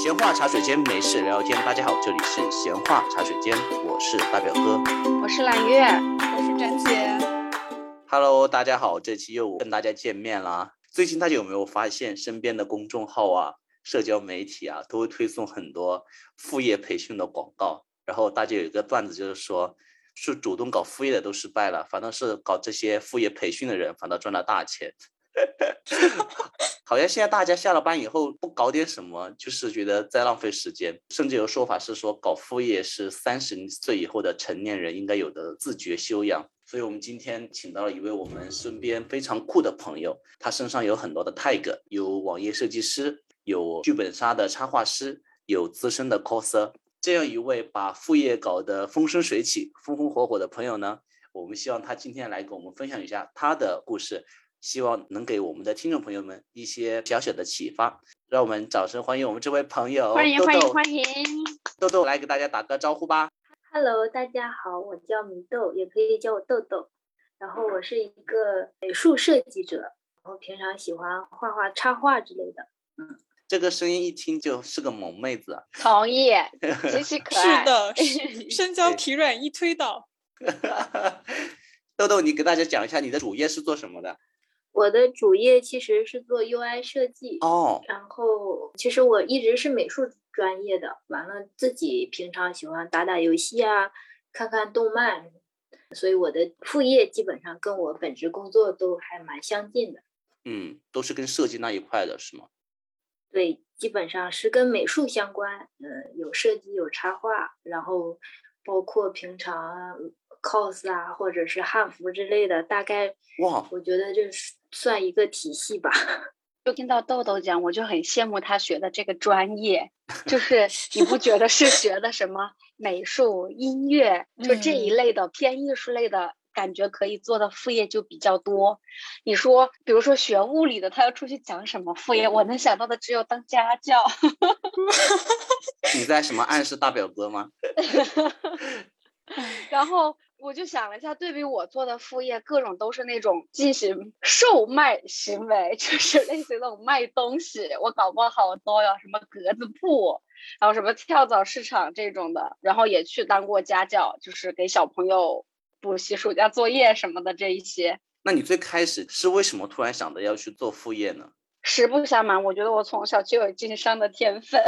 闲话茶水间，没事聊聊天。大家好，这里是闲话茶水间，我是大表哥， 我是蓝月， 我是展姐。 Hello， 大家好，这期又跟大家见面啦。最近大家有没有发现，身边的公众号啊、社交媒体啊，都会推送很多副业培训的广告？然后大家有一个段子，就是说，是主动搞副业的都失败了，反倒是搞这些副业培训的人，反倒赚了大钱。好像现在大家下了班以后不搞点什么，就是觉得在浪费时间，甚至有说法是说，搞副业是30岁以后的成年人应该有的自觉修养。所以我们今天请到了一位我们身边非常酷的朋友，他身上有很多的 tag， 有网页设计师，有剧本杀的插画师，有资深的 coser。 这样一位把副业搞得风生水起、风风火火的朋友呢，我们希望他今天来跟我们分享一下他的故事，希望能给我们的听众朋友们一些小小的启发。让我们掌声欢迎我们这位朋友， 欢迎豆豆。 欢迎欢迎， 豆豆来给大家打个招呼吧。 Hello， 大家好，我叫米豆，也可以叫我豆豆。然后我是一个美术设计者，然后平常喜欢画画、插画之类的。 这个声音一听就是个萌妹子啊。 同意，极其可爱。 是的，身娇体软一推倒。 豆豆，你给大家讲一下你的主业是做什么的？ 我的主业其实是做 UI 设计哦。 然后其实我一直是美术专业的，完了自己平常喜欢打打游戏啊，看看动漫，所以我的副业基本上跟我本职工作都还蛮相近的。 都是跟设计那一块的是吗？ 对，基本上是跟美术相关，有设计有插画，然后包括平常 cos 啊或者是汉服之类的，大概我觉得这算一个体系吧。 就听到豆豆讲，我就很羡慕他学的这个专业，就是你不觉得是学的什么美术、音乐，就这一类的偏艺术类的，感觉可以做的副业就比较多。你说比如说学物理的，他要出去讲什么副业，我能想到的只有当家教。 你在什么暗示大表哥吗？ 然后我就想了一下，对比我做的副业，各种都是那种进行售卖行为，就是类似于那种卖东西，我搞过好多呀，什么格子铺，然后什么跳蚤市场这种的，然后也去当过家教，就是给小朋友补习暑假作业什么的这一些。 那你最开始是为什么突然想着要去做副业呢？ 实不相瞒，我觉得我从小就有经商的天分。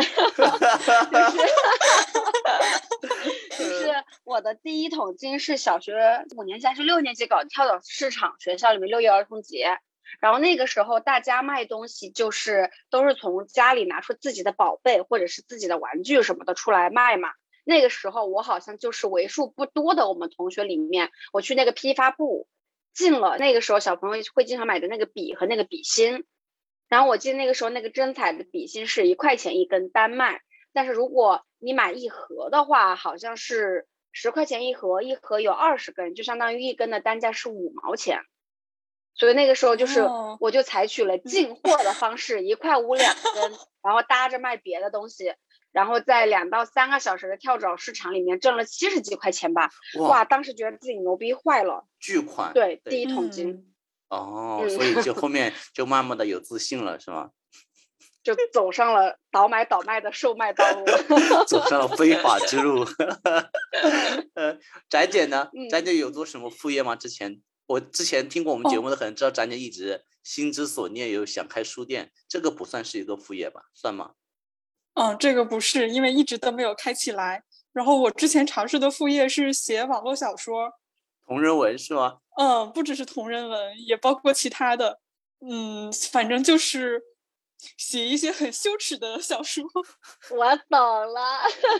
就是我的第一桶金是小学5年级还是6年级搞跳蚤市场，学校里面6一儿童节，然后那个时候大家卖东西就是都是从家里拿出自己的宝贝或者是自己的玩具什么的出来卖嘛。那个时候我好像就是为数不多的我们同学里面，我去那个批发部进了那个时候小朋友会经常买的那个笔和那个笔芯，然后我记得那个时候那个真彩的笔芯是1块钱一根单卖，但是如果你买一盒的话，好像是10块钱一盒，一盒有20根，就相当于一根的单价是5毛钱。所以那个时候就是我就采取了进货的方式，1块5两根，然后搭着卖别的东西，然后在2到3个小时的跳蚤市场里面挣了70几块钱吧。哇，当时觉得自己牛逼坏了， 巨款。 对，第一桶金。 所以就后面就慢慢的有自信了是吗？ 就走上了倒买倒卖的售卖道路。 走上了非法之路。展姐呢？展姐有做什么副业吗？我之前听过我们节目的可能知道展姐一直心之所念有想开书店，这个不算是一个副业吧？算吗？ 这个不是，因为一直都没有开起来。然后我之前尝试的副业是写网络小说， 同人文是吗？ 不只是同人文，也包括其他的。反正就是写一些很羞耻的小说。 我懂了。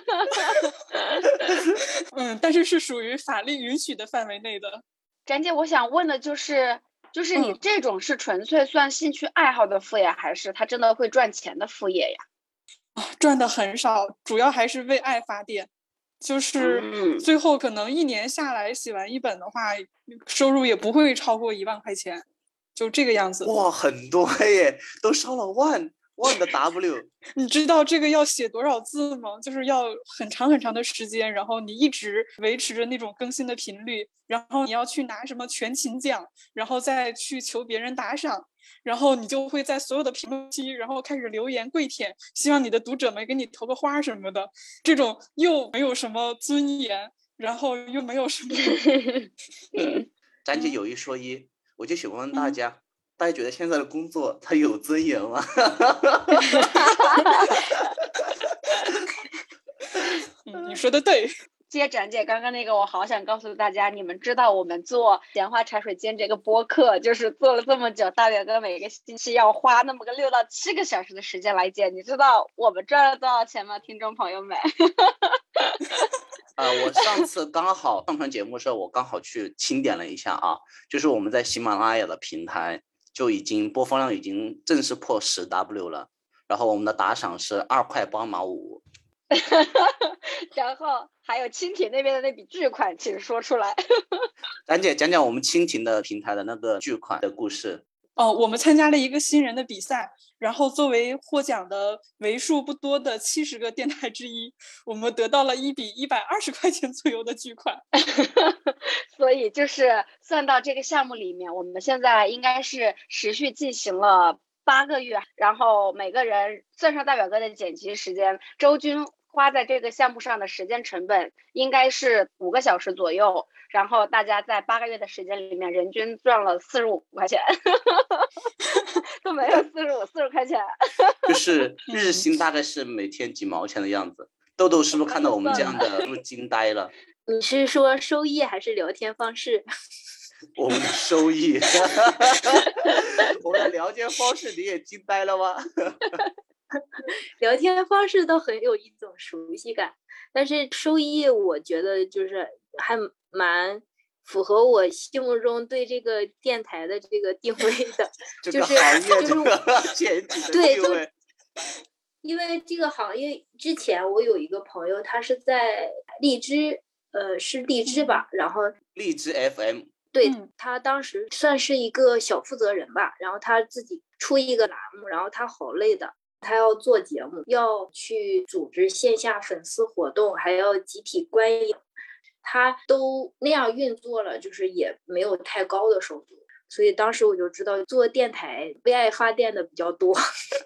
但是是属于法律允许的范围内的。 展姐，我想问的就是你这种是纯粹算兴趣爱好的副业，还是它真的会赚钱的副业呀？ 赚的很少，主要还是为爱发电。就是最后可能1年下来写完1本的话，收入也不会超过1万块钱，就这个样子。 哇，很多耶，都烧了万的 W。 你知道这个要写多少字吗？就是要很长很长的时间，然后你一直维持着那种更新的频率，然后你要去拿什么全勤奖，然后再去求别人打赏， 然后你就会在所有的评论区，然后开始留言跪舔，希望你的读者们给你投个花什么的。这种又没有什么尊严，然后又没有什么咱姐有一说一，我就想问大家，大家觉得现在的工作它有尊严吗？ 你说的对。 接展姐刚刚那个，我好想告诉大家，你们知道我们做闲话茶水间这个播客，就是做了这么久，大表哥每个星期要花那么个6到7个小时的时间来剪，你知道我们赚了多少钱吗，听众朋友们？ 我上次刚好上传节目的时候，我刚好去清点了一下啊，就是我们在喜马拉雅的平台就已经播放量已经正式破10W 了，然后我们的打赏是2块8毛5。 然后还有蜻蜓那边的那笔巨款，请说出来。 咱姐讲讲我们蜻蜓的平台的那个巨款的故事。 我们参加了一个新人的比赛，然后作为获奖的为数不多的70个电台之一，我们得到了一笔120块钱左右的巨款。 所以就是算到这个项目里面，我们现在应该是持续进行了8个月，然后每个人算上大表哥的剪辑时间，周均花在这个项目上的时间成本应该是5个小时左右，然后大家在8个月的时间里面人均赚了45块钱。都没有40块钱。 就是日薪大概是每天几毛钱的样子。豆豆是不是看到我们这样的都惊呆了？ 你是说收益还是聊天方式？ 我们的收益。我们的聊天方式你也惊呆了吗？ 聊天方式都很有一种熟悉感，但是收益我觉得就是还蛮符合我心目中对这个电台的这个定位的， 这个行业这个前景的定位。 因为这个行业之前我有一个朋友，他是在荔枝，是荔枝吧，然后荔枝 FM， 对，他当时算是一个小负责人吧，然后他自己出一个栏目，然后他好累的，他要做节目，要去组织线下粉丝活动，还要集体观影，他都那样运作了，就是也没有太高的收入。所以当时我就知道做电台为爱发电的比较多。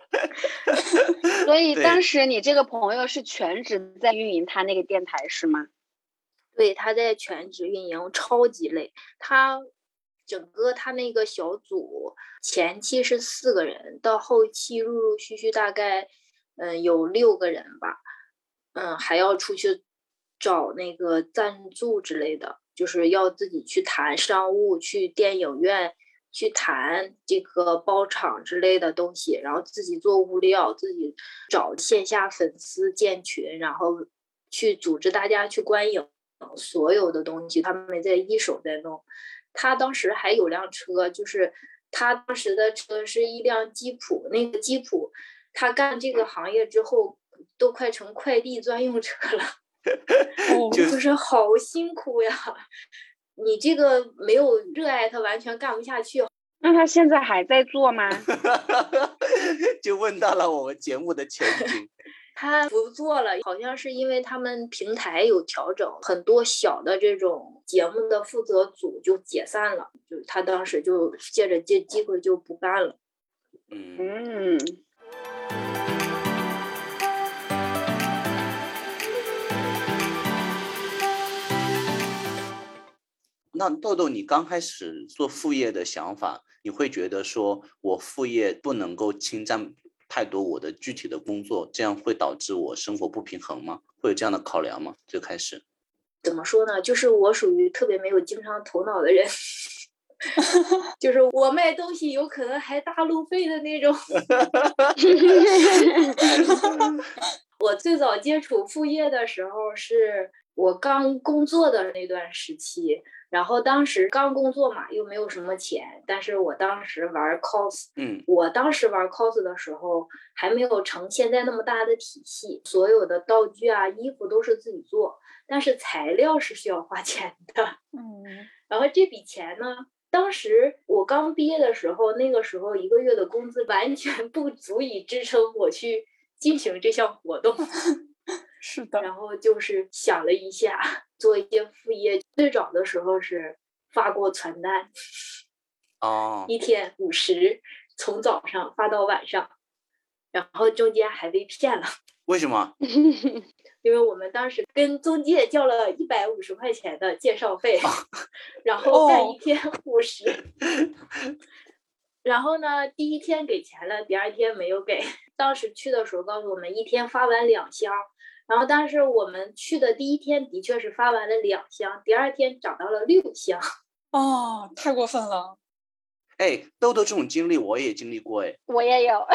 所以当时你这个朋友是全职在运营他那个电台是吗？ 对，他在全职运营，超级累。他整个他那个小组前期是4个人，到后期陆陆续续大概有6个人吧，还要出去找那个赞助之类的，就是要自己去谈商务，去电影院去谈这个包场之类的东西，然后自己做物料，自己找线下粉丝建群，然后去组织大家去观影，所有的东西他们在一手在弄。他当时还有辆车，就是他当时的车是一辆吉普，那个吉普他干这个行业之后都快成快递专用车了。就是好辛苦呀，你这个没有热爱他完全干不下去。 那他现在还在做吗？ 就问到了我们节目的前景。 他不做了，好像是因为他们平台有调整，很多小的这种节目的负责组就解散了，就他当时就借着这机会就不干了。 那豆豆，你刚开始做副业的想法，你会觉得说我副业不能够侵占太多我的具体的工作，这样会导致我生活不平衡吗？会有这样的考量吗？最开始怎么说呢，就是我属于特别没有经商头脑的人。就是我卖东西有可能还大路费的那种。我最早接触副业的时候是我刚工作的那段时期，然后当时刚工作嘛，又没有什么钱，但是我当时玩 cos，我当时玩 cos 的时候还没有成现在那么大的体系，所有的道具啊衣服都是自己做，但是材料是需要花钱的。然后这笔钱呢，当时我刚毕业的时候，那个时候1个月的工资完全不足以支撑我去进行这项活动。 是的。 然后就是想了一下，做一些副业。最早的时候是发过传单，1天50， 从早上发到晚上，然后中间还被骗了。 为什么？ 因为我们当时跟中介交了150块钱的介绍费，然后干一天50。然后呢，第一天给钱了，第二天没有给。当时去的时候告诉我们一天发完2箱，然后当时我们去的第一天的确是发完了2箱，第二天涨到了6箱。 哦，太过分了。 哎，豆豆这种经历我也经历过。哎， 我也有。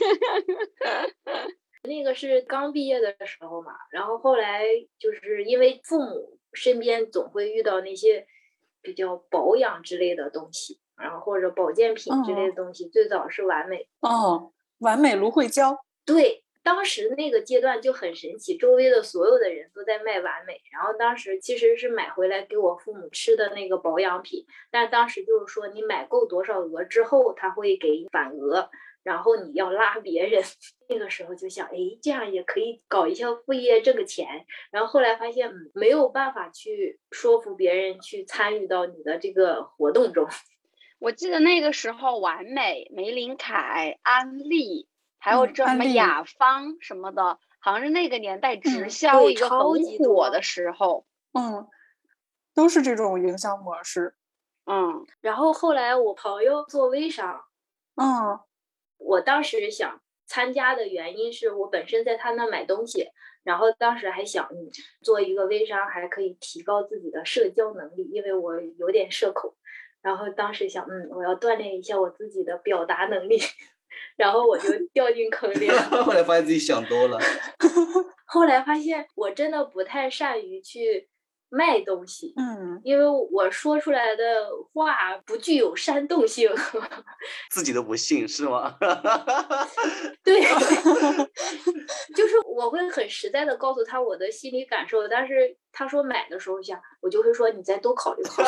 那个是刚毕业的时候嘛，然后后来就是因为父母身边总会遇到那些比较保养之类的东西，然后或者保健品之类的东西，最早是完美。 完美芦荟胶。 对，当时那个阶段就很神奇，周围的所有的人都在卖完美，然后当时其实是买回来给我父母吃的那个保养品，但当时就是说你买够多少额之后他会给你返额，然后你要拉别人。那个时候就想，哎，这样也可以搞一下副业挣个钱。然后后来发现，没有办法去说服别人去参与到你的这个活动中。 我记得那个时候，完美、玫琳凯、安利，还有这什么雅芳什么的，好像是那个年代直销一个很火的时候。 都是这种营销模式。 然后后来我朋友做微商。我当时想参加的原因是我本身在他那买东西，然后当时还想做一个微商还可以提高自己的社交能力，因为我有点社恐，然后当时想我要锻炼一下我自己的表达能力，然后我就掉进坑里了。 后来发现自己想多了。 后来发现我真的不太善于去卖东西，因为我说出来的话不具有煽动性。 自己都不信是吗？ 对。就是我会很实在的告诉他我的心理感受，但是他说买的时候想，我就会说你再多考虑考虑。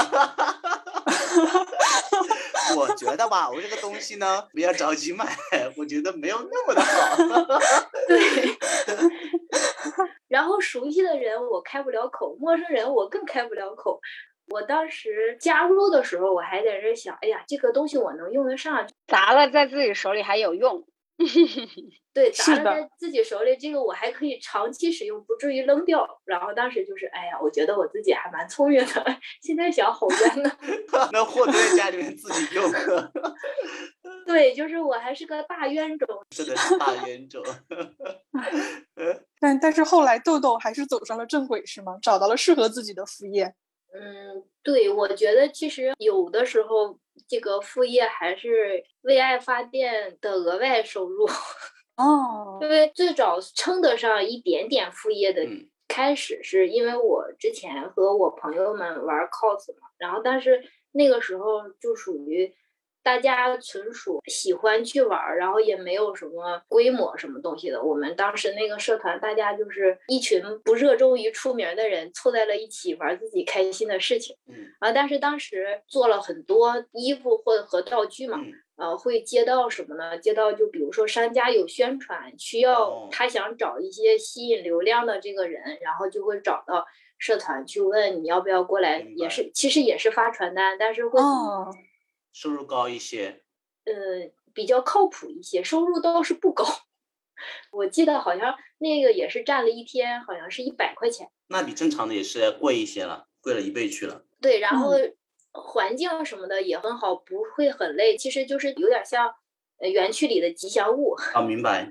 我觉得吧，我这个东西呢不要着急买，我觉得没有那么的好。 对。然后熟悉的人我开不了口，陌生人我更开不了口。我当时加入的时候我还在这想，哎呀，这个东西我能用得上， 砸了在自己手里还有用。 对，砸了在自己手里，这个我还可以长期使用，不至于扔掉。然后当时就是，哎呀，我觉得我自己还蛮聪明的，现在想好冤呢。 那货都在家里面自己用。 对，就是我还是个大冤种。 真的是大冤种。 但是后来豆豆还是走上了正轨是吗？找到了适合自己的副业。 对，我觉得其实有的时候这个副业还是为爱发电的额外收入。因为最早称得上一点点副业的开始是因为我之前和我朋友们玩 cos 嘛，然后但是那个时候就属于大家纯属喜欢去玩，然后也没有什么规模什么东西的。我们当时那个社团大家就是一群不热衷于出名的人凑在了一起玩自己开心的事情。但是当时做了很多衣服或者和道具嘛，会接到什么呢？接到就比如说商家有宣传需要，他想找一些吸引流量的这个人，然后就会找到社团去问你要不要过来，也是其实也是发传单，但是会收入高一些， 比较靠谱一些，收入倒是不高。我记得好像那个也是占了一天，好像是100块钱。 那比正常的也是贵一些了，贵了1倍去了。 对，然后环境什么的也很好，不会很累，其实就是有点像园区里的吉祥物。 明白。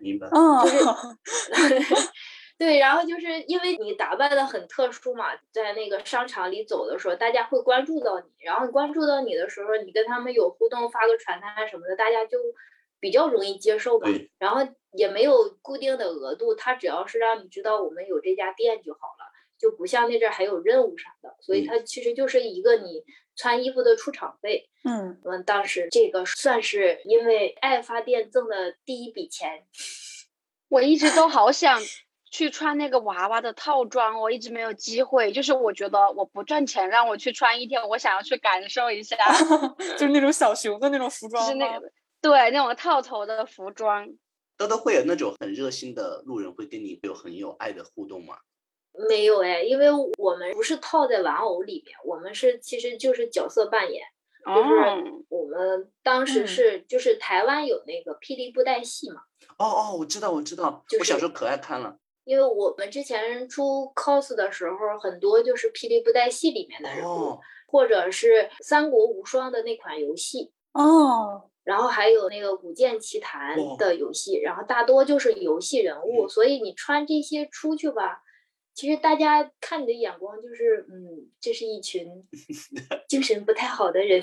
就是对，然后就是因为你打扮的很特殊嘛，在那个商场里走的时候，大家会关注到你，然后关注到你的时候，你跟他们有互动，发个传单什么的，大家就比较容易接受吧。然后也没有固定的额度，他只要是让你知道我们有这家店就好了，就不像那阵还有任务啥的，所以它其实就是一个你穿衣服的出场费。当时这个算是因为爱发电挣的第一笔钱。 我一直都好想去穿那个娃娃的套装，我一直没有机会。就是我觉得我不赚钱，让我去穿一天，我想要去感受一下。 就是那种小熊的那种服装吗？ 就是那个对那种套头的服装。 都会有那种很热心的路人会跟你有很有爱的互动吗？ 没有因为我们不是套在玩偶里面，我们是其实就是角色扮演。 就是我们当时是就是台湾有那个霹雳布袋戏嘛。 我知道，我小时候可爱看了。 因为我们之前出 cos 的时候，很多就是霹雳布袋戏里面的人物，或者是三国无双的那款游戏然后还有那个古剑奇谭的游戏，然后大多就是游戏人物，所以你穿这些出去吧，其实大家看你的眼光就是这是一群精神不太好的人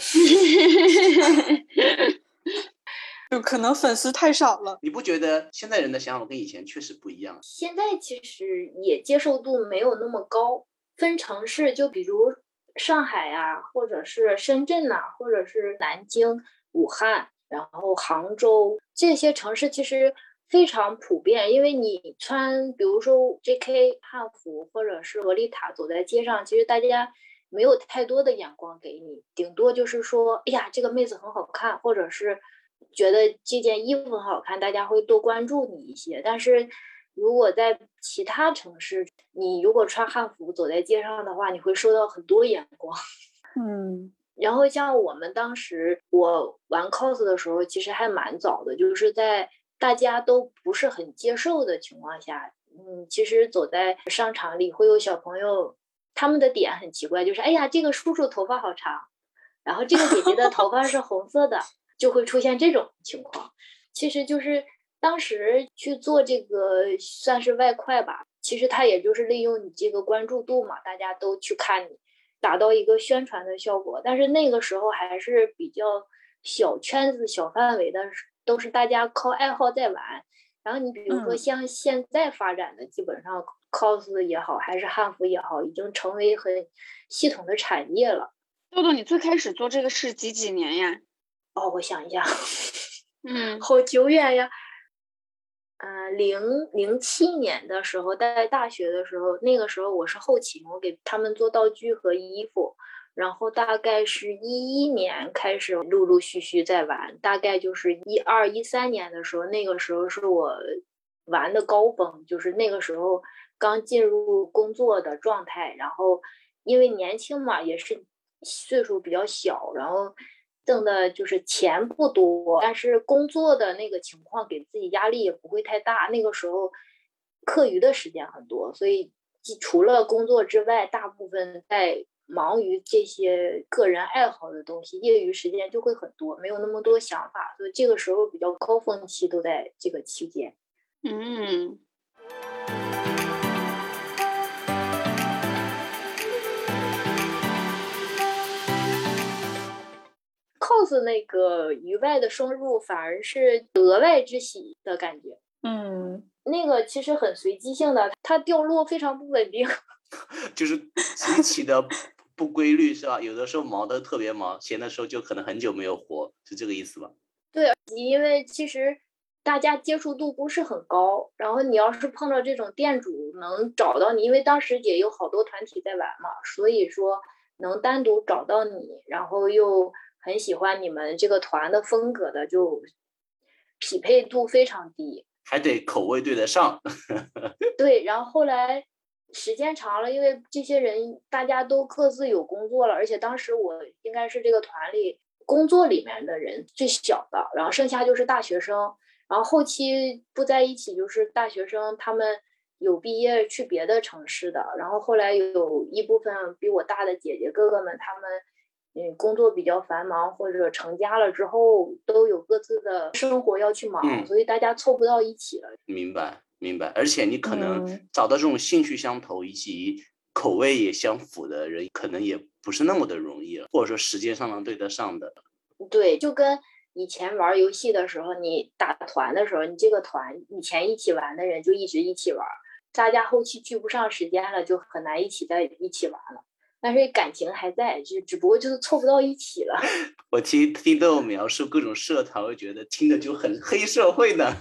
就可能粉丝太少了。 你不觉得现在人的想法跟以前确实不一样？ 现在其实也接受度没有那么高，分城市，就比如上海啊，或者是深圳啊，或者是南京、武汉，然后杭州这些城市其实非常普遍，因为你穿比如说 JK 汉服或者是洛丽塔走在街上，其实大家没有太多的眼光给你，顶多就是说哎呀这个妹子很好看，或者是觉得这件衣服很好看，大家会多关注你一些。但是如果在其他城市，你如果穿汉服走在街上的话，你会受到很多眼光。然后像我们当时我玩 cos 的时候，其实还蛮早的，就是在大家都不是很接受的情况下，其实走在商场里会有小朋友，他们的点很奇怪，就是哎呀这个叔叔头发好长，然后这个姐姐的头发是红色的就会出现这种情况。其实就是当时去做这个算是外快吧，其实它也就是利用你这个关注度嘛，大家都去看你，达到一个宣传的效果。但是那个时候还是比较小圈子小范围的，都是大家靠爱好在玩。然后你比如说像现在发展的，基本上 cos 也好还是汉服也好，已经成为很系统的产业了。 豆豆，你最开始做这个是几年呀？ 我想一下好久远呀。07年的时候，在大学的时候，那个时候我是后勤，我给他们做道具和衣服，然后大概是11年开始陆陆续续在玩，大概就是12、13年的时候，那个时候是我玩的高峰，就是那个时候刚进入工作的状态，然后因为年轻嘛，也是岁数比较小，然后挣的就是钱不多，但是工作的那个情况给自己压力也不会太大。那个时候课余的时间很多，所以除了工作之外，大部分在忙于这些个人爱好的东西，业余时间就会很多，没有那么多想法，所以这个时候比较高峰期都在这个期间。cos 那个余外的收入反而是额外之喜的感觉。那个其实很随机性的，它掉落非常不稳定， 就是极其的不规律，是吧？有的时候忙得特别忙，闲的时候就可能很久没有活，是这个意思吧？ 对，因为其实大家接触度不是很高，然后你要是碰到这种店主能找到你，因为当时也有好多团体在玩嘛，所以说能单独找到你，然后又很喜欢你们这个团的风格的，就匹配度非常低， 还得口味对得上。 对，然后后来时间长了，因为这些人大家都各自有工作了，而且当时我应该是这个团里工作里面的人最小的，然后剩下就是大学生，然后后期不在一起就是大学生他们有毕业去别的城市的，然后后来有一部分比我大的姐姐哥哥们，他们工作比较繁忙或者成家了之后都有各自的生活要去忙，所以大家凑不到一起了。 明白，而且你可能找到这种兴趣相投以及口味也相符的人，可能也不是那么的容易了，或者说时间上能对得上的。 对，就跟以前玩游戏的时候，你打团的时候，你这个团以前一起玩的人就一直一起玩，大家后期聚不上时间了，就很难在一起玩了。但是感情还在，只不过就是凑不到一起了。 我听豆描述各种社团，我觉得听着就很黑社会呢。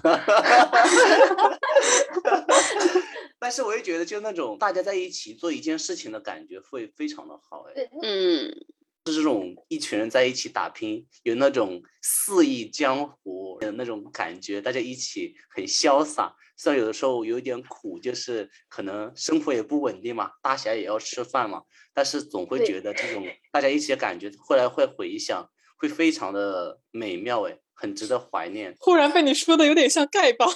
但是我也觉得，就那种大家在一起做一件事情的感觉会非常的好。是这种一群人在一起打拼，有那种肆意江湖的那种感觉，大家一起很潇洒。虽然有的时候有一点苦，就是可能生活也不稳定嘛，大家也要吃饭嘛，但是总会觉得这种大家一起的感觉，后来会回想会非常的美妙，很值得怀念。 忽然被你说的有点像丐帮。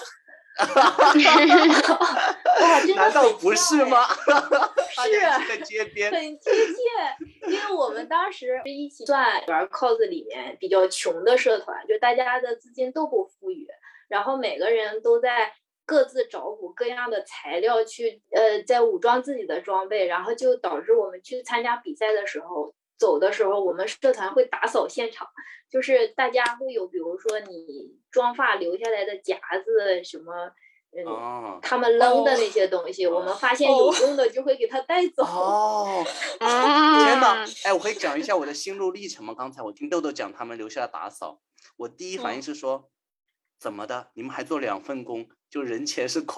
哇，真的难道不是吗？ 是在街边很贴切，因为我们当时一起算玩 cos 里面比较穷的社团，就大家的资金都不富裕，然后每个人都在各自找补各样的材料去在武装自己的装备，然后就导致我们去参加比赛的时候，走的时候我们社团会打扫现场，就是大家会有比如说你妆发留下来的夹子什么他们扔的那些东西，我们发现有用的就会给他带走。 天哪！我可以讲一下我的心路历程吗？刚才我听豆豆讲他们留下的打扫，我第一反应是说，怎么的？你们还做2份工？就人前是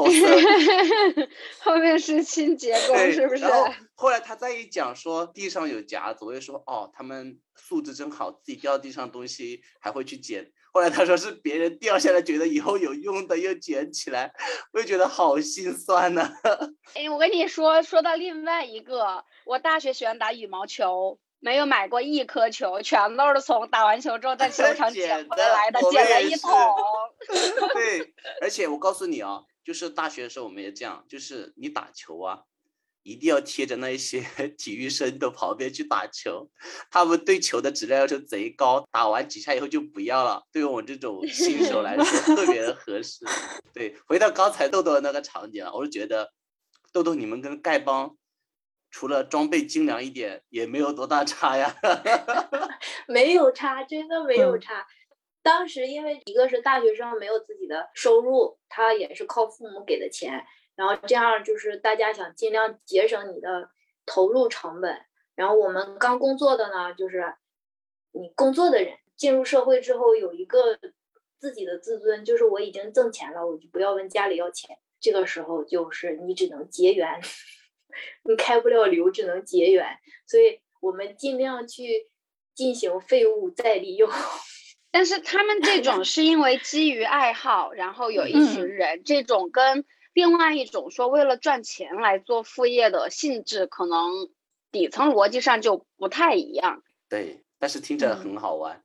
coser， 后面是清洁工，是不是？ 然后后来他再一讲说地上有夹子，我就说他们素质真好，自己掉地上的东西还会去捡。后来他说是别人掉下来觉得以后有用的又捡起来，我就觉得好心酸呢。 我跟你说到另外一个，我大学喜欢打羽毛球，没有买过1颗球，全都是从打完球之后在球场捡回来的，捡了1桶。 对，而且我告诉你就是大学的时候我们也这样，就是你打球一定要贴着那一些体育生的旁边去打球，他们对球的质量要求贼高，打完几下以后就不要了，对于我这种新手来说特别的合适。对，回到刚才豆豆的那个场景我就觉得豆豆你们跟丐帮除了装备精良一点也没有多大差呀。 没有差，真的没有差。当时因为一个是大学生没有自己的收入，他也是靠父母给的钱，然后这样就是大家想尽量节省你的投入成本。然后我们刚工作的呢，就是你工作的人进入社会之后有一个自己的自尊，就是我已经挣钱了，我就不要问家里要钱。这个时候就是你只能结缘，你开不了流，只能结缘。所以我们尽量去进行废物再利用。 但是他们这种是因为基于爱好，然后有一群人，这种跟另外一种说为了赚钱来做副业的性质，可能底层逻辑上就不太一样。 对，但是听着很好玩。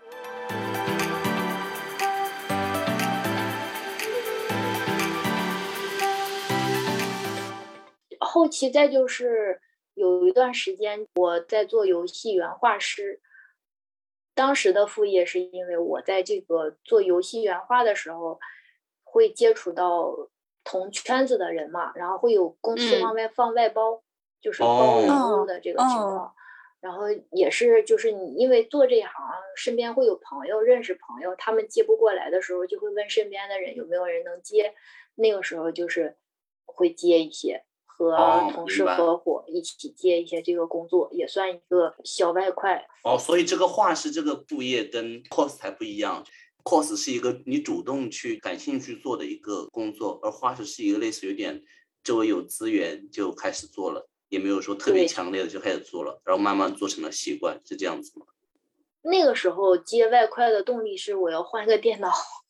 后期再就是有一段时间我在做游戏原画师，当时的副业是因为我在这个做游戏原画的时候会接触到同圈子的人嘛，然后会有公司往外放外包，就是包人物的这个情况。然后也是就是你因为做这一行身边会有朋友认识朋友，他们接不过来的时候就会问身边的人有没有人能接，那个时候就是会接一些，和同事合伙一起接一些这个工作，也算一个小外快。 所以这个画室这个副业跟 cos 还不一样， cos 是一个你主动去感兴趣做的一个工作，而画室是一个类似有点周围有资源就开始做了，也没有说特别强烈的就开始做了，然后慢慢做成了习惯，是这样子吗？ 那个时候接外快的动力是我要换个电脑。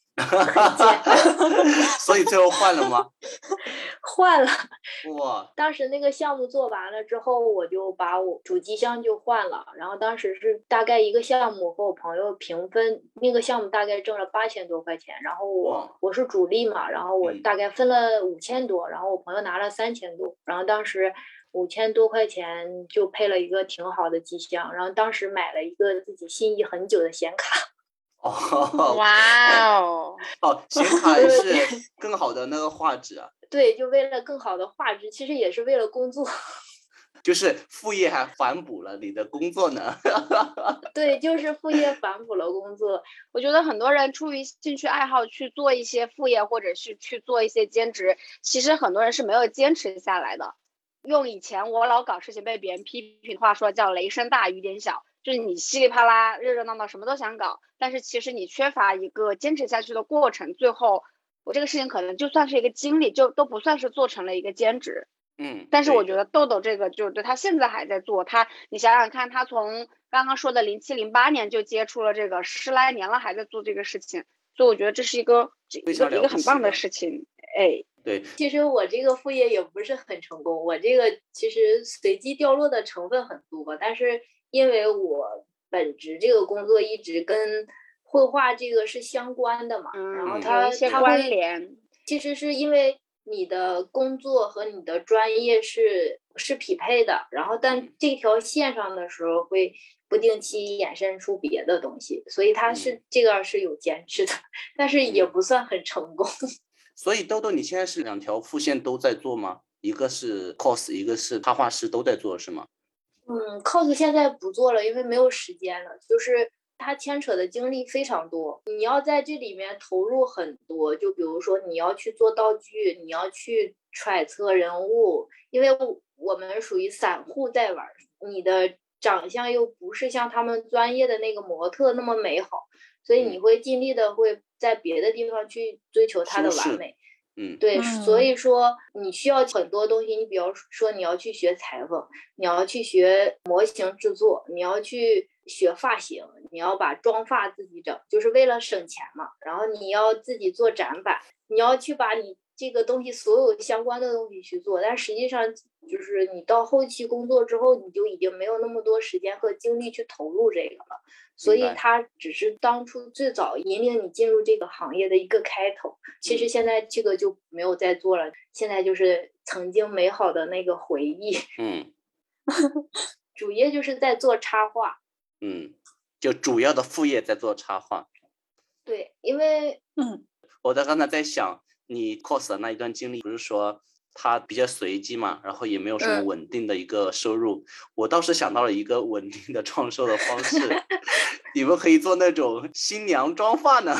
所以最后换了吗？ 换了。 哇！ 当时那个项目做完了之后，我就把我主机箱就换了，然后当时是大概一个项目和我朋友平分，那个项目大概挣了8000多块钱，然后我是主力嘛，然后我大概分了5000多，然后我朋友拿了3000多，然后当时5000多块钱就配了一个挺好的机箱，然后当时买了一个自己心仪很久的显卡。 哇哦！ 显卡也是更好的那个画质啊。 对，就为了更好的画质，其实也是为了工作。 就是副业还反哺了你的工作呢。 对，就是副业反哺了工作。 我觉得很多人出于兴趣爱好去做一些副业，或者是去做一些兼职，其实很多人是没有坚持下来的。用以前我老搞事情被别人批评的话说叫雷声大雨点小，就是你稀里啪啦热热闹闹什么都想搞，但是其实你缺乏一个坚持下去的过程，最后我这个事情可能就算是一个经历，就都不算是做成了一个兼职。但是我觉得豆豆这个就是对他现在还在做，你想想看，他从刚刚说的07、08年就接触了这个10来年了，还在做这个事情，所以我觉得这是一个很棒的事情。 对， 其实我这个副业也不是很成功，我这个其实随机掉落的成分很多，但是因为我本职这个工作一直跟绘画这个是相关的嘛，然后有一些关联。 其实是因为你的工作和你的专业是匹配的，然后但这条线上的时候会不定期衍生出别的东西，所以它是这个是有坚持的，但是也不算很成功。 所以豆豆你现在是2条副线都在做吗？一个是 cos， 一个是插画师，都在做是吗 ？cos 现在不做了，因为没有时间了，就是它牵扯的精力非常多，你要在这里面投入很多，就比如说你要去做道具，你要去揣测人物，因为我们属于散户在玩，你的长相又不是像他们专业的那个模特那么美好，所以你会尽力的会在别的地方去追求它的完美。对，所以说你需要很多东西，你比如说你要去学裁缝，你要去学模型制作，你要去学发型，你要把妆发自己整，就是为了省钱嘛。然后你要自己做展板，你要去把你这个东西所有相关的东西去做，但实际上就是你到后期工作之后，你就已经没有那么多时间和精力去投入这个了。所以它只是当初最早引领你进入这个行业的一个开头，其实现在这个就没有再做了，现在就是曾经美好的那个回忆。主业就是在做插画。 就主要的副业在做插画。 对，因为我刚才在想你 cos 的那一段经历，不是说它比较随机嘛，然后也没有什么稳定的一个收入，我倒是想到了一个稳定的创收的方式你们可以做那种新娘妆发呢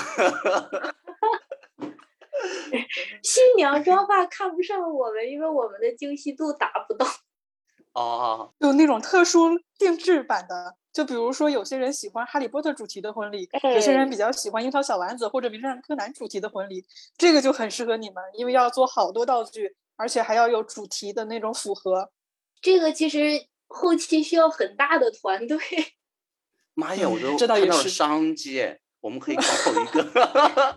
新娘妆发看不上我们，因为我们的精细度达不到。 有那种特殊定制版的，就比如说有些人喜欢哈利波特主题的婚礼，有些人比较喜欢樱桃小丸子或者名侦探柯南主题的婚礼，这个就很适合你们，因为要做好多道具，而且还要有主题的那种符合。 这个其实后期需要很大的团队。 妈呀，我都看到了商机，我们可以搞一个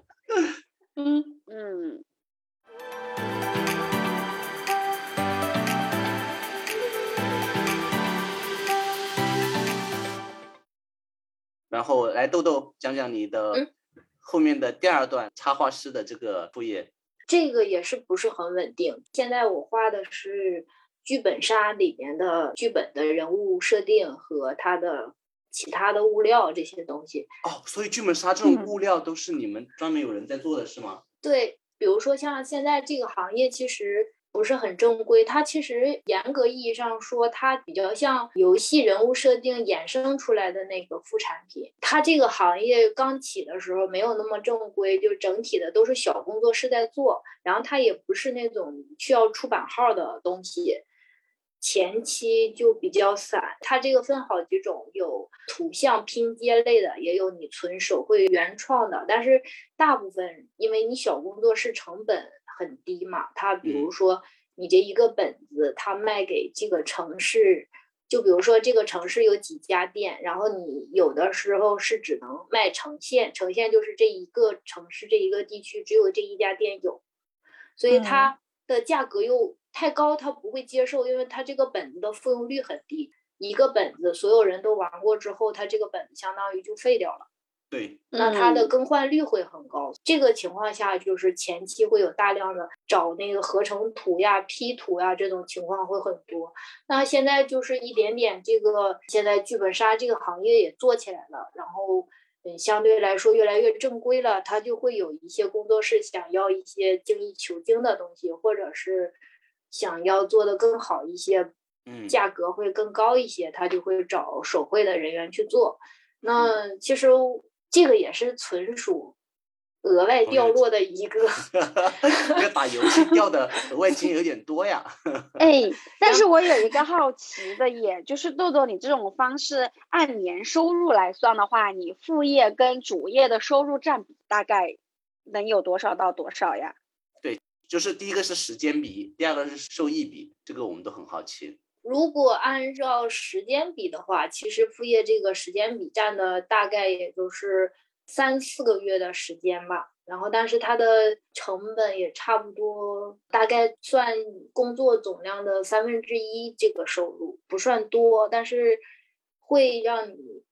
然后来豆豆讲讲你的后面的第2段插画师的这个副业。 这个也是不是很稳定，现在我画的是剧本杀里面的剧本的人物设定和它的其他的物料这些东西。 所以剧本杀这种物料都是你们专门有人在做的是吗？ 对，比如说像现在这个行业其实不是很正规，它其实严格意义上说它比较像游戏人物设定衍生出来的那个副产品。它这个行业刚起的时候没有那么正规，就整体的都是小工作室在做，然后它也不是那种需要出版号的东西，前期就比较散。它这个分好几种，有图像拼接类的，也有你纯手绘原创的，但是大部分因为你小工作室成本很低嘛，它比如说你这一个本子它卖给这个城市，就比如说这个城市有几家店，然后你有的时候是只能卖城县就是这一个城市这一个地区只有这一家店有，所以它的价格又太高，他不会接受，因为他这个本子的复用率很低，一个本子所有人都玩过之后，他这个本子相当于就废掉了。 对， 那它的更换率会很高。这个情况下，就是前期会有大量的找那个合成图呀、P 图呀，这种情况会很多。那现在就是一点点这个，现在剧本杀这个行业也做起来了，然后相对来说越来越正规了，它就会有一些工作室想要一些精益求精的东西，或者是想要做得更好一些，价格会更高一些，他就会找手绘的人员去做。那其实这个也是纯属额外掉落的一个这个打游戏掉的额外金有点多呀但是我有一个好奇的，也就是豆豆你这种方式按年收入来算的话，你副业跟主业的收入占比大概能有多少到多少呀？ 对，就是第一个是时间比，第二个是收益比，这个我们都很好奇。 如果按照时间比的话，其实副业这个时间比占的大概也就是3-4个月的时间吧，然后但是它的成本也差不多，大概算工作总量的1/3这个收入，不算多，但是会让你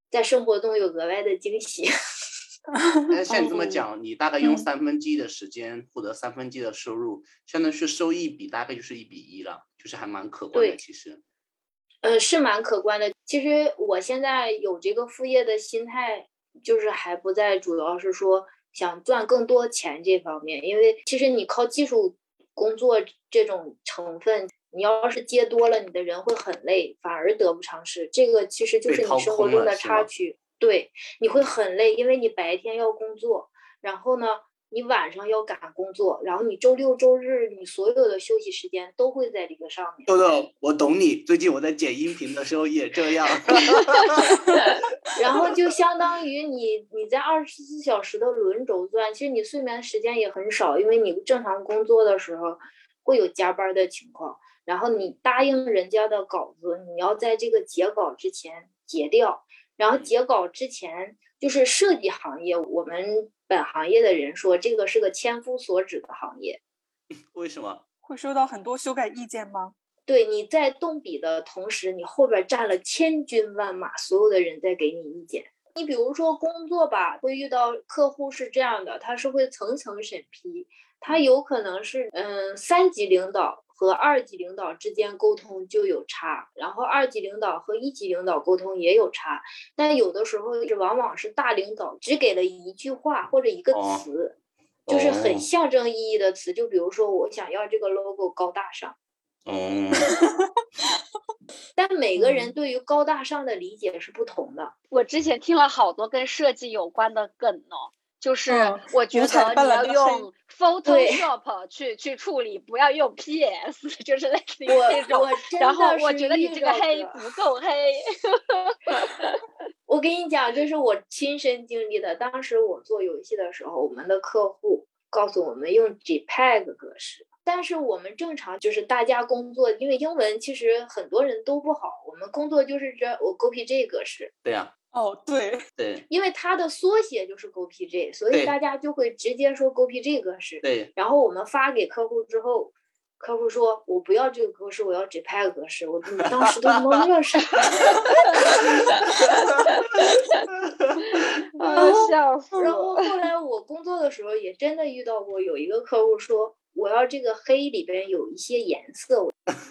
在生活中有额外的惊喜。 但像你这么讲，你大概用1/3的时间获得1/3的收入，相当于是收益比大概就是1:1了，就是还蛮可观的。其实， 是蛮可观的。其实我现在有这个副业的心态，就是还不在主要是说想赚更多钱这方面，因为其实你靠技术工作这种成分，你要是接多了，你的人会很累，反而得不偿失。这个其实就是你生活中的插曲。对，你会很累，因为你白天要工作，然后呢，你晚上要赶工作，然后你周六周日你所有的休息时间都会在这个上面。 豆豆，我懂你，最近我在剪音频的时候也这样。 然后就相当于你在24小时的轮轴转，其实你睡眠时间也很少，因为你正常工作的时候会有加班的情况，然后你答应人家的稿子，你要在这个截稿之前截掉。然后截稿之前，就是设计行业，我们本行业的人说，这个是个千夫所指的行业。 为什么？ 会收到很多修改意见吗？ 对，你在动笔的同时，你后边站了千军万马，所有的人在给你意见。你比如说工作吧，会遇到客户是这样的，他是会层层审批，他有可能是3级领导和2级领导之间沟通就有差，然后2级领导和1级领导沟通也有差，但有的时候往往是大领导只给了一句话或者一个词，就是很象征意义的词，就比如说我想要这个 logo 高大上。但每个人对于高大上的理解是不同的。 我之前听了好多跟设计有关的梗哦，就是我觉得你要用 Photoshop 去处理，不要用 PS， 就是类似于这种。然后我觉得你这个黑不够黑。 我跟你讲，这是我亲身经历的。当时我做游戏的时候，我们的客户告诉我们用 JPEG 格式。但是我们正常就是大家工作，因为英文其实很多人都不好，我们工作就是我 GoPJ 格式。 对呀。对， 因为它的缩写就是 GoPJ， 所以大家就会直接说 GoPJ 格式。 对。 然后我们发给客户之后，客户说我不要这个格式，我要 JPEG 格式。我当时都懵了是。然后后来我工作的时候也真的遇到过，有一个客户说我要这个黑里边有一些颜色。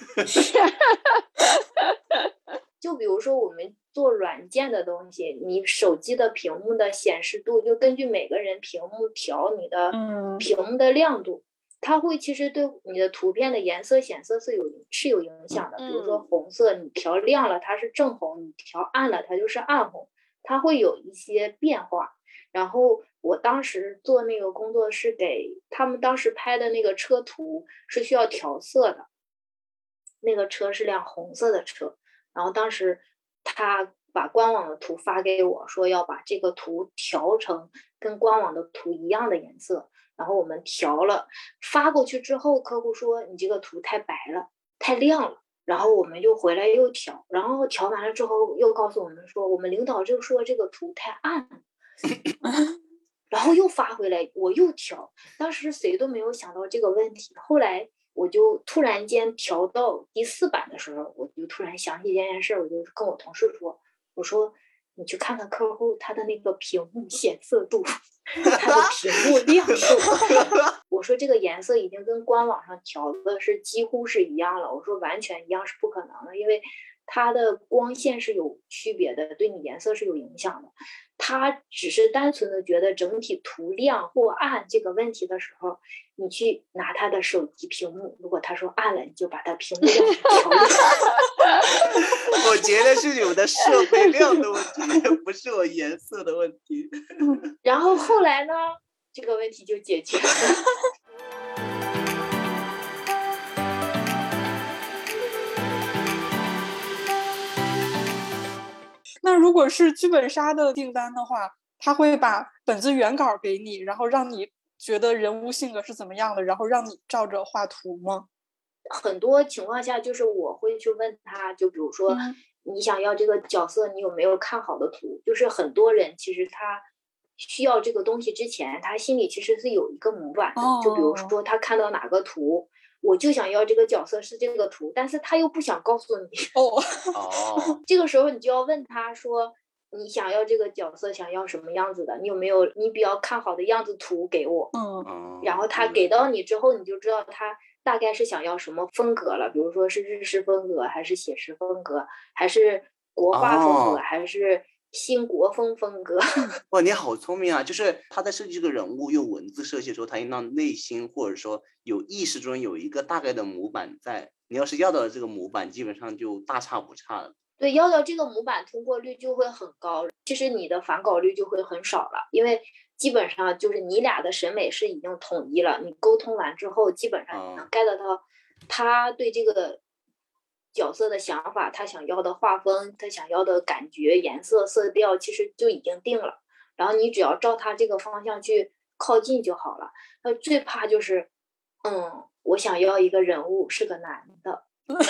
就比如说我们做软件的东西，你手机的屏幕的显示度就根据每个人屏幕调你的屏幕的亮度，它会其实对你的图片的颜色显色是有影响的。比如说红色你调亮了它是正红，你调暗了它就是暗红，它会有一些变化。然后我当时做那个工作是给他们当时拍的那个车图是需要调色的，那个车是辆红色的车，然后当时他把官网的图发给我，说要把这个图调成跟官网的图一样的颜色，然后我们调了，发过去之后客户说你这个图太白了太亮了，然后我们又回来又调，然后调完了之后又告诉我们说我们领导就说这个图太暗了。然后又发回来我又调，当时谁都没有想到这个问题。后来我就突然间调到第4版的时候，我就突然想起这件事，我就跟我同事说，我说你去看看客户他的那个屏幕显色度，他的屏幕亮度。我说这个颜色已经跟官网上调的是几乎是一样了，我说完全一样是不可能的，因为它的光线是有区别的，对你颜色是有影响的。他只是单纯的觉得整体图亮或暗这个问题的时候，你去拿他的手机屏幕，如果他说暗了，你就把他屏幕亮度调亮。 我觉得是有的设备量的问题，不是我颜色的问题。 然后后来呢，这个问题就解决了。 那如果是剧本杀的订单的话，他会把本子原稿给你，然后让你觉得人物性格是怎么样的，然后让你照着画图吗？ 很多情况下就是我会去问他，就比如说你想要这个角色，你有没有看好的图？就是很多人其实他需要这个东西之前，他心里其实是有一个模板的。就比如说他看到哪个图，我就想要这个角色是这个图，但是他又不想告诉你。这个时候你就要问他说， 你想要这个角色想要什么样子的，你有没有你比较看好的样子图给我，然后他给到你之后，你就知道他大概是想要什么风格了，比如说是日式风格，还是写实风格，还是国画风格，还是新国风风格。 哇，你好聪明啊！就是他在设计这个人物用文字设计的时候，他应当内心或者说有意识中有一个大概的模板在，你要是要到了这个模板，基本上就大差不差了。 对，要到这个模板通过率就会很高，其实你的反稿率就会很少了，因为基本上就是你俩的审美是已经统一了，你沟通完之后，基本上你能 get 到他对这个角色的想法，他想要的画风，他想要的感觉、颜色、色调，其实就已经定了，然后你只要照他这个方向去靠近就好了。那最怕就是我想要一个人物是个男的。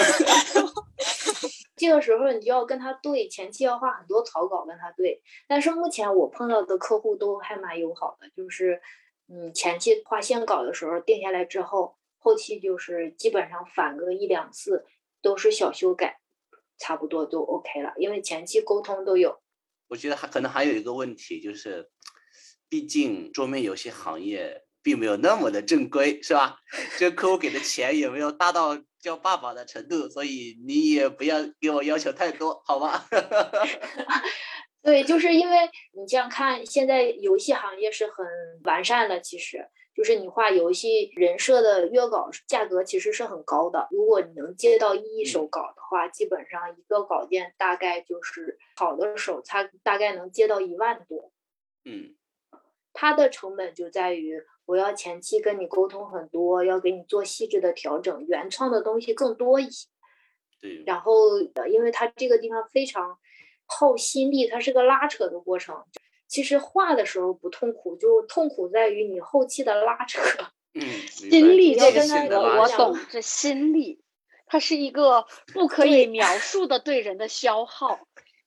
这个时候你就要跟他对，前期要画很多草稿跟他对，但是目前我碰到的客户都还蛮友好的，就是前期画线稿的时候定下来之后，后期就是基本上反个1-2次都是小修改，差不多都 OK 了，因为前期沟通都有。 我觉得可能还有一个问题就是，毕竟桌面游戏行业并没有那么的正规，是吧？这客户给的钱也没有大到叫爸爸的程度，所以你也不要给我要求太多，好吧？ 对，就是因为你这样看，现在游戏行业是很完善的，其实就是你画游戏人设的约稿价格其实是很高的。如果你能接到一手稿的话，基本上一个稿件大概就是好的手，它大概能接到1万多。它的成本就在于我要前期跟你沟通很多，要给你做细致的调整，原创的东西更多一些。 对。 然后因为它这个地方非常耗心力，它是个拉扯的过程。其实画的时候不痛苦，就痛苦在于你后期的拉扯。 心力这个词我懂，这心力，它是一个不可以描述的对人的消耗。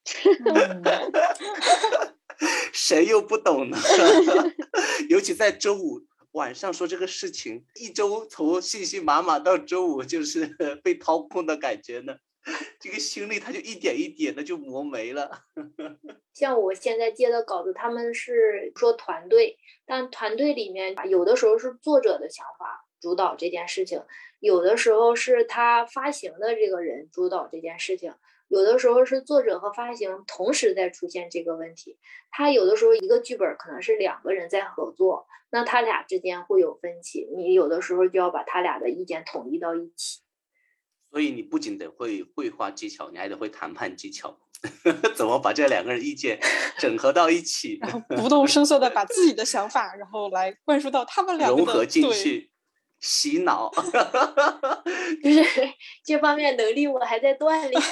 谁又不懂呢？尤其在周五晚上说这个事情，一周从信息满满到周五就是被掏空的感觉呢。这个心力它就一点一点的就磨没了。 像我现在接的稿子，他们是说团队，但团队里面有的时候是作者的想法主导这件事情，有的时候是他发行的这个人主导这件事情，有的时候是作者和发行同时在出现这个问题。他有的时候一个剧本可能是2个人在合作，那他俩之间会有分歧，你有的时候就要把他俩的意见统一到一起。 所以你不仅得会绘画技巧，你还得会谈判技巧。怎么把这2个人意见整合到一起， 然后不动声色的把自己的想法然后来灌输到他们2个融合进去，洗脑。 就是这方面能力我还在锻炼。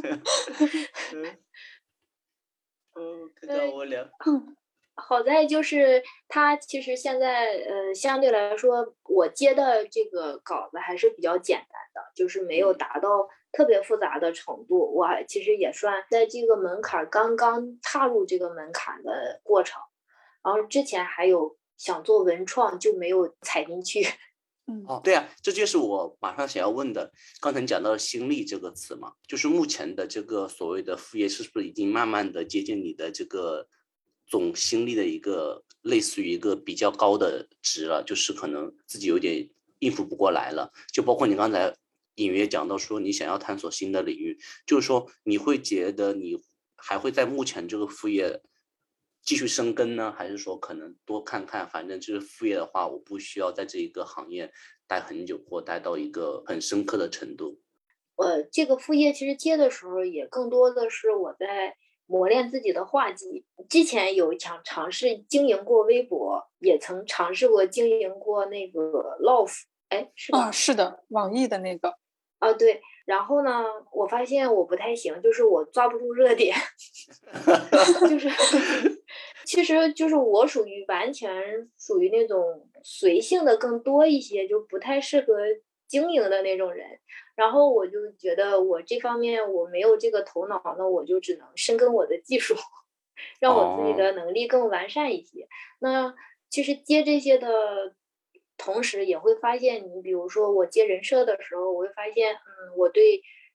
看到我俩。 好在就是他其实现在相对来说我接的这个稿子还是比较简单的，就是没有达到特别复杂的程度，我其实也算在这个门槛刚刚踏入这个门槛的过程，然后之前还有想做文创就没有踩进去。 对啊，这就是我马上想要问的。刚才你讲到心力这个词嘛，就是目前的这个所谓的副业是不是已经慢慢的接近你的这个总心力的一个类似于一个比较高的值了，就是可能自己有点应付不过来了。就包括你刚才隐约讲到说你想要探索新的领域，就是说你会觉得你还会在目前这个副业继续深耕呢，还是说可能多看看，反正就是副业的话我不需要在这一个行业待很久或待到一个很深刻的程度。 这个副业其实接的时候也更多的是我在磨练自己的画技。之前有想尝试经营过微博，也曾尝试过经营过那个 Love， 是吧？ 是的，网易的那个。 对。然后呢，我发现我不太行，就是我抓不住热点。就是其实就是我完全属于那种随性的更多一些，就不太适合经营的那种人。然后我就觉得我这方面我没有这个头脑，那我就只能深耕我的技术，让我自己的能力更完善一些。那其实接这些的同时也会发现，你比如说我接人设的时候，我会发现我对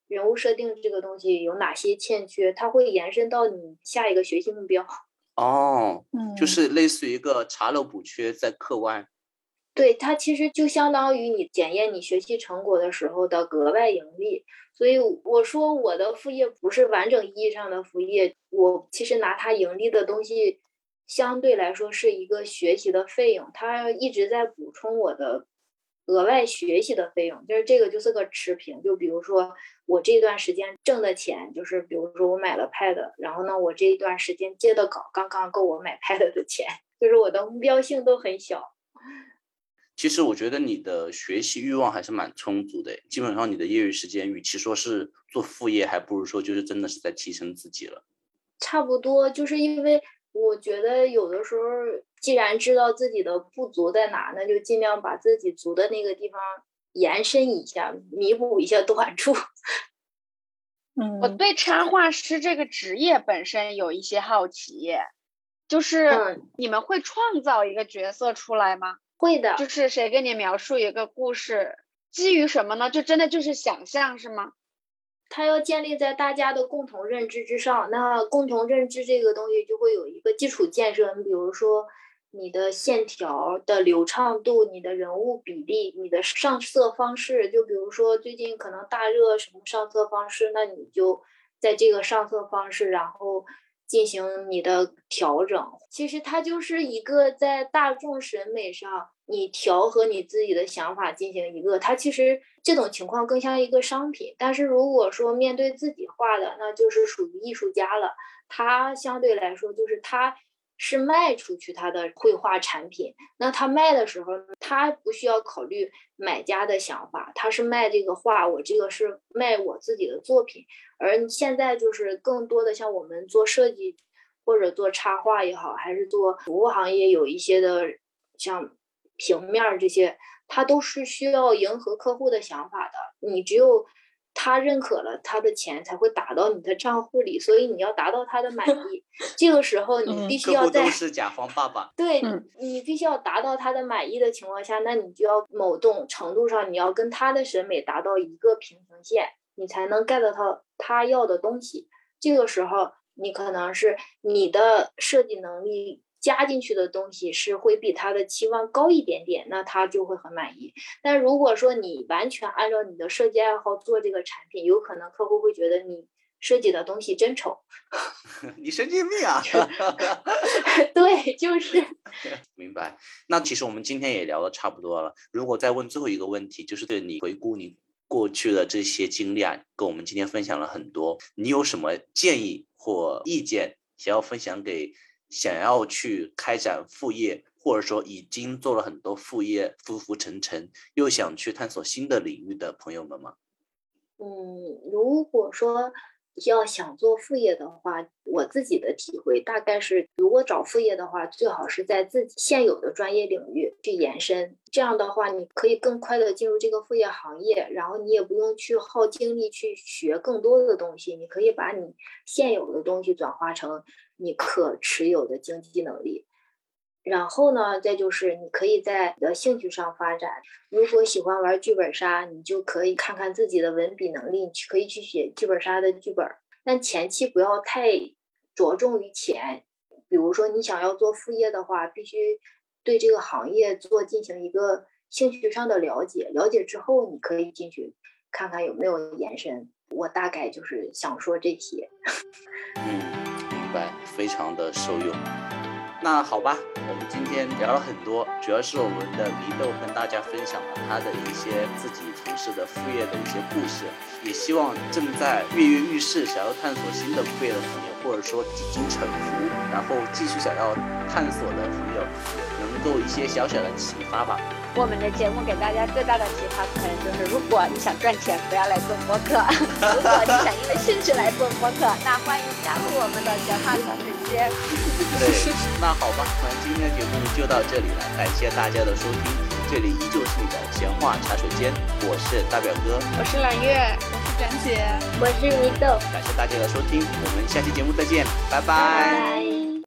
人物设定这个东西有哪些欠缺，它会延伸到你下一个学习目标。 就是类似于一个查漏补缺在课外。 对，它其实就相当于你检验你学习成果的时候的格外盈利。所以我说我的副业不是完整意义上的副业，我其实拿它盈利的东西相对来说是一个学习的费用，它一直在补充我的额外学习的费用，就是这个就是个持平。就比如说我这段时间挣的钱，就是比如说我买了 Pad， 然后呢我这一段时间接的稿刚刚够我买 Pad 的钱，就是我的目标性都很小。 其实我觉得你的学习欲望还是蛮充足的，基本上你的业余时间与其说是做副业，还不如说就是真的是在提升自己了。 差不多，就是因为我觉得有的时候既然知道自己的不足在哪，那就尽量把自己足的那个地方延伸一下，弥补一下短处。 我对插画师这个职业本身有一些好奇，就是你们会创造一个角色出来吗？ 会的， 就是谁给你描述一个故事，基于什么呢？就真的就是想象是吗？ 它要建立在大家的共同认知之上，那共同认知这个东西就会有一个基础建设，比如说你的线条的流畅度，你的人物比例，你的上色方式，就比如说最近可能大热什么上色方式，那你就在这个上色方式然后进行你的调整。其实它就是一个在大众审美上你调和你自己的想法进行一个，它其实这种情况更像一个商品。但是如果说面对自己画的，那就是属于艺术家了，他相对来说就是他是卖出去他的绘画产品，那他卖的时候他不需要考虑买家的想法，他是卖这个画，我这个是卖我自己的作品。而现在就是更多的像我们做设计或者做插画也好，还是做服务行业，有一些的像平面这些，它都是需要迎合客户的想法的，你只有他认可了，他的钱才会打到你的账户里，所以你要达到他的满意。这个时候你必须要在客户都是甲方爸爸， 对，你必须要达到他的满意的情况下，那你就要某种程度上你要跟他的审美达到一个平衡线，你才能 get 到他要的东西。这个时候你可能是你的设计能力加进去的东西是会比他的期望高一点点，那他就会很满意。但如果说你完全按照你的设计爱好做这个产品，有可能客户会觉得你设计的东西真丑。 你神经病啊！ 对，就是明白。那其实我们今天也聊得差不多了，如果再问最后一个问题，就是对你回顾你过去的这些经历啊，跟我们今天分享了很多，你有什么建议或意见想要分享给想要去开展副业，或者说已经做了很多副业浮浮沉沉又想去探索新的领域的朋友们吗？ 如果说要想做副业的话，我自己的体会大概是，如果找副业的话，最好是在自己现有的专业领域去延伸，这样的话你可以更快的进入这个副业行业，然后你也不用去耗精力去学更多的东西，你可以把你现有的东西转化成你可持有的经济能力。然后呢，再就是你可以在你的兴趣上发展，如果喜欢玩剧本杀，你就可以看看自己的文笔能力，你可以去写剧本杀的剧本，但前期不要太着重于钱。比如说你想要做副业的话，必须对这个行业进行一个兴趣上的了解，了解之后你可以进去看看有没有延伸。我大概就是想说这些。 明白，非常的受用。那好吧，我们今天聊了很多，主要是我们的黎豆跟大家分享了他的一些自己从事的副业的一些故事，也希望正在跃跃欲试想要探索新的副业的朋友，或者说几经沉浮然后继续想要探索的朋友，能够一些小小的启发吧。 我们的节目给大家最大的启发可能就是，如果你想赚钱，不要来做播客；如果你想因为兴趣来做播客，那欢迎加入我们的闲话小水间。 对，那好吧，那今天的节目就到这里了，感谢大家的收听，这里依旧是你的闲话茶水间，我是大表哥， 我是蓝月， 我是展姐， 我是米豆， 感谢大家的收听，我们下期节目再见，拜拜。 拜拜。